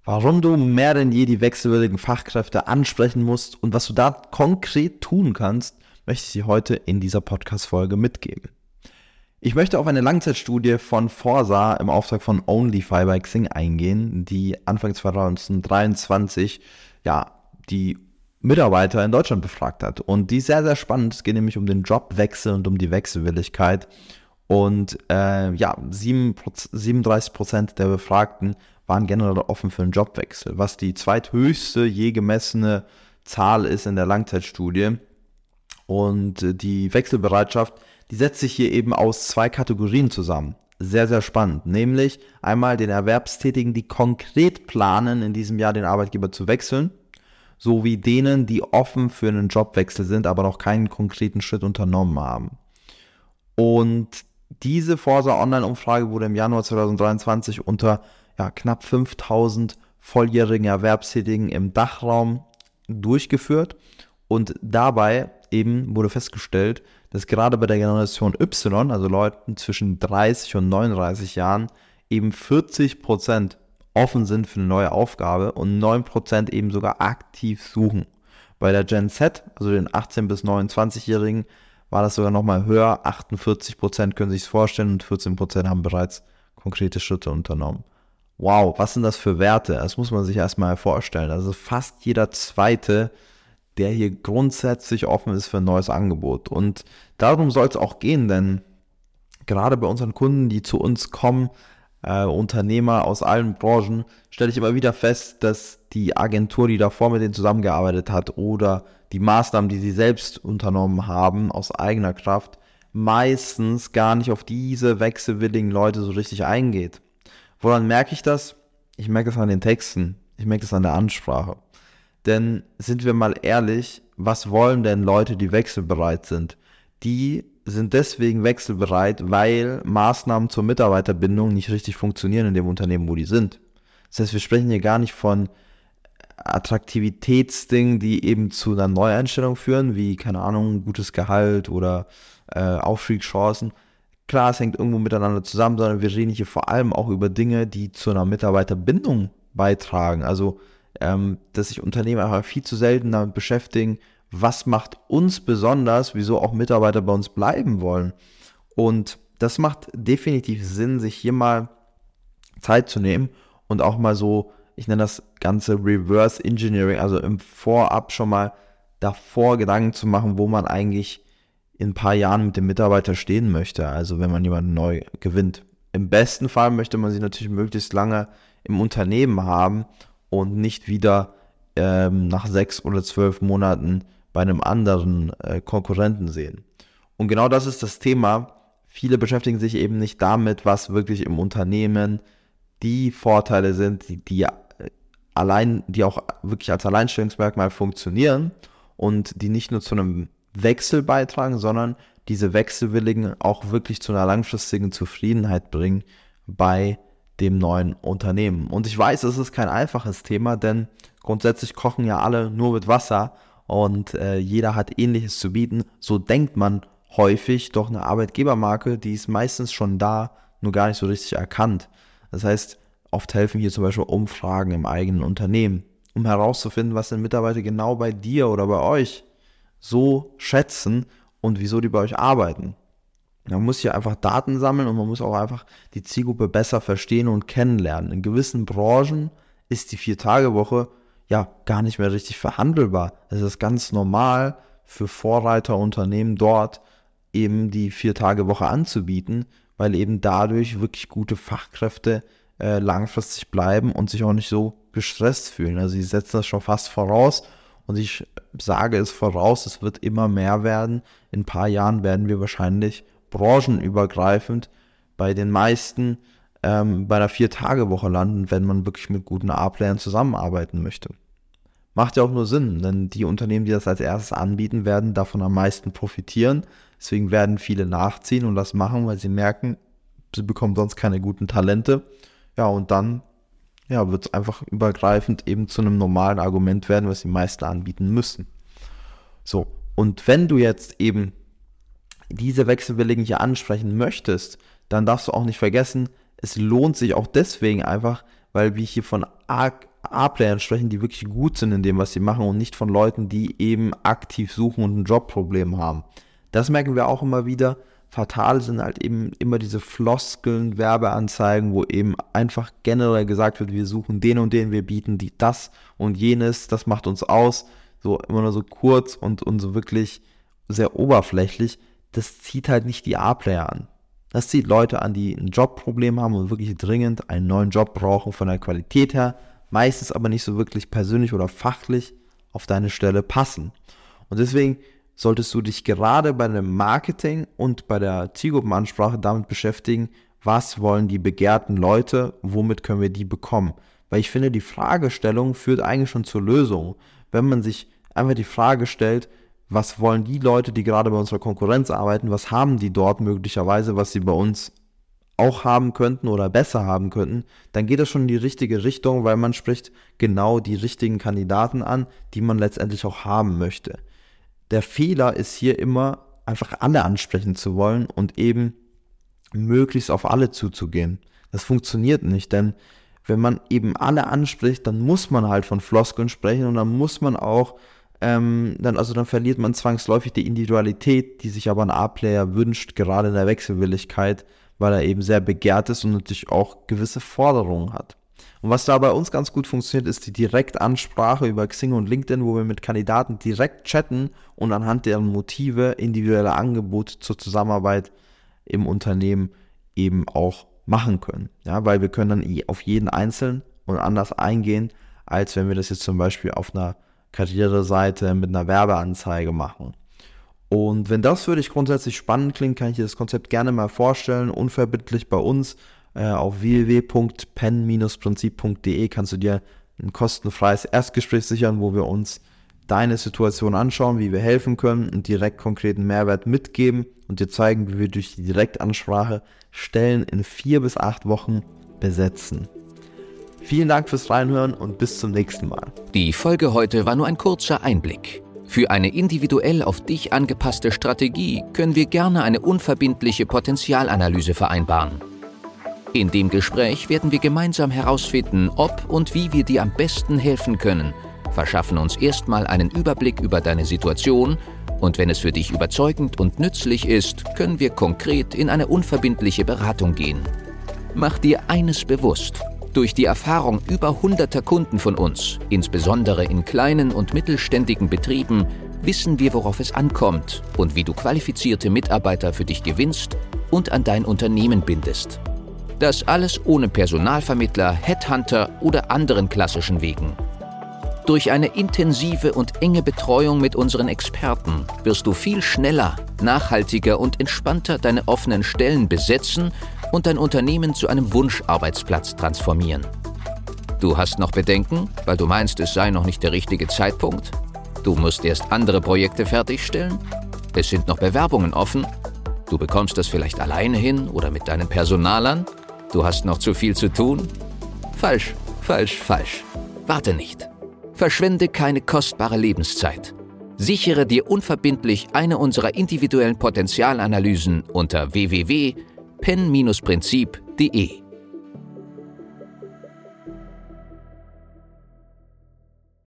Warum du mehr denn je die wechselwilligen Fachkräfte ansprechen musst und was du da konkret tun kannst, möchte ich dir heute in dieser Podcast-Folge mitgeben. Ich möchte auf eine Langzeitstudie von Forsa im Auftrag von OnlyFi bei Xing eingehen, die Anfang 2023 die Mitarbeiter in Deutschland befragt hat. Und die ist sehr, sehr spannend. Es geht nämlich um den Jobwechsel und um die Wechselwilligkeit. Und 37% der Befragten waren generell offen für einen Jobwechsel, was die zweithöchste je gemessene Zahl ist in der Langzeitstudie. Und die Wechselbereitschaft, die setzt sich hier eben aus zwei Kategorien zusammen. Sehr, sehr spannend. Nämlich einmal den Erwerbstätigen, die konkret planen, in diesem Jahr den Arbeitgeber zu wechseln, sowie denen, die offen für einen Jobwechsel sind, aber noch keinen konkreten Schritt unternommen haben. Und diese Forsa Online-Umfrage wurde im Januar 2023 unter knapp 5000 volljährigen Erwerbstätigen im Dachraum durchgeführt. Und dabei eben wurde festgestellt, dass gerade bei der Generation Y, also Leuten zwischen 30 und 39 Jahren, eben 40% offen sind für eine neue Aufgabe und 9% eben sogar aktiv suchen. Bei der Gen Z, also den 18- bis 29-Jährigen, war das sogar nochmal höher. 48% können sich es vorstellen und 14% haben bereits konkrete Schritte unternommen. Wow, was sind das für Werte? Das muss man sich erstmal vorstellen. Also fast jeder Zweite, der hier grundsätzlich offen ist für ein neues Angebot. Und darum soll es auch gehen, denn gerade bei unseren Kunden, die zu uns kommen, Unternehmer aus allen Branchen, stelle ich immer wieder fest, dass die Agentur, die davor mit denen zusammengearbeitet hat oder die Maßnahmen, die sie selbst unternommen haben, aus eigener Kraft, meistens gar nicht auf diese wechselwilligen Leute so richtig eingeht. Woran merke ich das? Ich merke es an den Texten, ich merke es an der Ansprache. Denn sind wir mal ehrlich, was wollen denn Leute, die wechselbereit sind? Die sind deswegen wechselbereit, weil Maßnahmen zur Mitarbeiterbindung nicht richtig funktionieren in dem Unternehmen, wo die sind. Das heißt, wir sprechen hier gar nicht von Attraktivitätsdingen, die eben zu einer Neueinstellung führen, wie, keine Ahnung, gutes Gehalt oder Aufstiegschancen. Klar, es hängt irgendwo miteinander zusammen, sondern wir reden hier vor allem auch über Dinge, die zu einer Mitarbeiterbindung beitragen. Also, dass sich Unternehmen einfach viel zu selten damit beschäftigen, was macht uns besonders, wieso auch Mitarbeiter bei uns bleiben wollen. Und das macht definitiv Sinn, sich hier mal Zeit zu nehmen und auch mal so, ich nenne das Ganze Reverse Engineering, also im Vorab schon mal davor Gedanken zu machen, wo man eigentlich in ein paar Jahren mit dem Mitarbeiter stehen möchte, also wenn man jemanden neu gewinnt. Im besten Fall möchte man sie natürlich möglichst lange im Unternehmen haben und nicht wieder nach 6 oder 12 Monaten bei einem anderen Konkurrenten sehen. Und genau das ist das Thema. Viele beschäftigen sich eben nicht damit, was wirklich im Unternehmen die Vorteile sind, die auch wirklich als Alleinstellungsmerkmal funktionieren und die nicht nur zu einem Wechsel beitragen, sondern diese Wechselwilligen auch wirklich zu einer langfristigen Zufriedenheit bringen bei dem neuen Unternehmen. Und ich weiß, es ist kein einfaches Thema, denn grundsätzlich kochen ja alle nur mit Wasser und jeder hat Ähnliches zu bieten. So denkt man häufig, doch eine Arbeitgebermarke, die ist meistens schon da, nur gar nicht so richtig erkannt. Das heißt, oft helfen hier zum Beispiel Umfragen im eigenen Unternehmen, um herauszufinden, was denn Mitarbeiter genau bei dir oder bei euch so schätzen und wieso die bei euch arbeiten. Man muss hier einfach Daten sammeln und man muss auch einfach die Zielgruppe besser verstehen und kennenlernen. In gewissen Branchen ist die 4-Tage-Woche gar nicht mehr richtig verhandelbar. Es ist ganz normal für Vorreiterunternehmen dort eben die 4-Tage-Woche anzubieten, weil eben dadurch wirklich gute Fachkräfte langfristig bleiben und sich auch nicht so gestresst fühlen. Also sie setzen das schon fast voraus. Und ich sage es voraus, es wird immer mehr werden. In ein paar Jahren werden wir wahrscheinlich branchenübergreifend bei den meisten bei einer 4-Tage-Woche landen, wenn man wirklich mit guten A-Playern zusammenarbeiten möchte. Macht ja auch nur Sinn, denn die Unternehmen, die das als erstes anbieten, werden davon am meisten profitieren. Deswegen werden viele nachziehen und das machen, weil sie merken, sie bekommen sonst keine guten Talente. Ja, und dann wird es einfach übergreifend eben zu einem normalen Argument werden, was die meisten anbieten müssen. So, und wenn du jetzt eben diese Wechselwilligen hier ansprechen möchtest, dann darfst du auch nicht vergessen, es lohnt sich auch deswegen einfach, weil wir hier von A-Playern sprechen, die wirklich gut sind in dem, was sie machen und nicht von Leuten, die eben aktiv suchen und ein Jobproblem haben. Das merken wir auch immer wieder. Fatal sind halt eben immer diese Floskeln, Werbeanzeigen, wo eben einfach generell gesagt wird, wir suchen den und den, wir bieten das und jenes, das macht uns aus. So immer nur so kurz und so wirklich sehr oberflächlich. Das zieht halt nicht die A-Player an. Das zieht Leute an, die ein Jobproblem haben und wirklich dringend einen neuen Job brauchen von der Qualität her, meistens aber nicht so wirklich persönlich oder fachlich auf deine Stelle passen. Und deswegen solltest du dich gerade bei dem Marketing und bei der Zielgruppenansprache damit beschäftigen, was wollen die begehrten Leute, womit können wir die bekommen. Weil ich finde, die Fragestellung führt eigentlich schon zur Lösung. Wenn man sich einfach die Frage stellt, was wollen die Leute, die gerade bei unserer Konkurrenz arbeiten, was haben die dort möglicherweise, was sie bei uns auch haben könnten oder besser haben könnten, dann geht das schon in die richtige Richtung, weil man spricht genau die richtigen Kandidaten an, die man letztendlich auch haben möchte. Der Fehler ist hier immer, einfach alle ansprechen zu wollen und eben möglichst auf alle zuzugehen. Das funktioniert nicht, denn wenn man eben alle anspricht, dann muss man halt von Floskeln sprechen und dann muss man auch, dann verliert man zwangsläufig die Individualität, die sich aber ein A-Player wünscht, gerade in der Wechselwilligkeit, weil er eben sehr begehrt ist und natürlich auch gewisse Forderungen hat. Und was da bei uns ganz gut funktioniert, ist die Direktansprache über Xing und LinkedIn, wo wir mit Kandidaten direkt chatten und anhand deren Motive individuelle Angebote zur Zusammenarbeit im Unternehmen eben auch machen können. Ja, weil wir können dann auf jeden Einzelnen und anders eingehen, als wenn wir das jetzt zum Beispiel auf einer Karriereseite mit einer Werbeanzeige machen. Und wenn das für dich grundsätzlich spannend klingt, kann ich dir das Konzept gerne mal vorstellen, unverbindlich bei uns. Auf www.pen-prinzip.de kannst du dir ein kostenfreies Erstgespräch sichern, wo wir uns deine Situation anschauen, wie wir helfen können und direkt konkreten Mehrwert mitgeben und dir zeigen, wie wir durch die Direktansprache Stellen in 4 bis 8 Wochen besetzen. Vielen Dank fürs Reinhören und bis zum nächsten Mal. Die Folge heute war nur ein kurzer Einblick. Für eine individuell auf dich angepasste Strategie können wir gerne eine unverbindliche Potenzialanalyse vereinbaren. In dem Gespräch werden wir gemeinsam herausfinden, ob und wie wir dir am besten helfen können, verschaffen uns erstmal einen Überblick über deine Situation und wenn es für dich überzeugend und nützlich ist, können wir konkret in eine unverbindliche Beratung gehen. Mach dir eines bewusst: Durch die Erfahrung über hunderter Kunden von uns, insbesondere in kleinen und mittelständigen Betrieben, wissen wir, worauf es ankommt und wie du qualifizierte Mitarbeiter für dich gewinnst und an dein Unternehmen bindest. Das alles ohne Personalvermittler, Headhunter oder anderen klassischen Wegen. Durch eine intensive und enge Betreuung mit unseren Experten wirst du viel schneller, nachhaltiger und entspannter deine offenen Stellen besetzen und dein Unternehmen zu einem Wunscharbeitsplatz transformieren. Du hast noch Bedenken, weil du meinst, es sei noch nicht der richtige Zeitpunkt? Du musst erst andere Projekte fertigstellen? Es sind noch Bewerbungen offen? Du bekommst das vielleicht alleine hin oder mit deinen Personalern? Du hast noch zu viel zu tun? Falsch, falsch, falsch. Warte nicht. Verschwende keine kostbare Lebenszeit. Sichere dir unverbindlich eine unserer individuellen Potenzialanalysen unter www.pen-prinzip.de.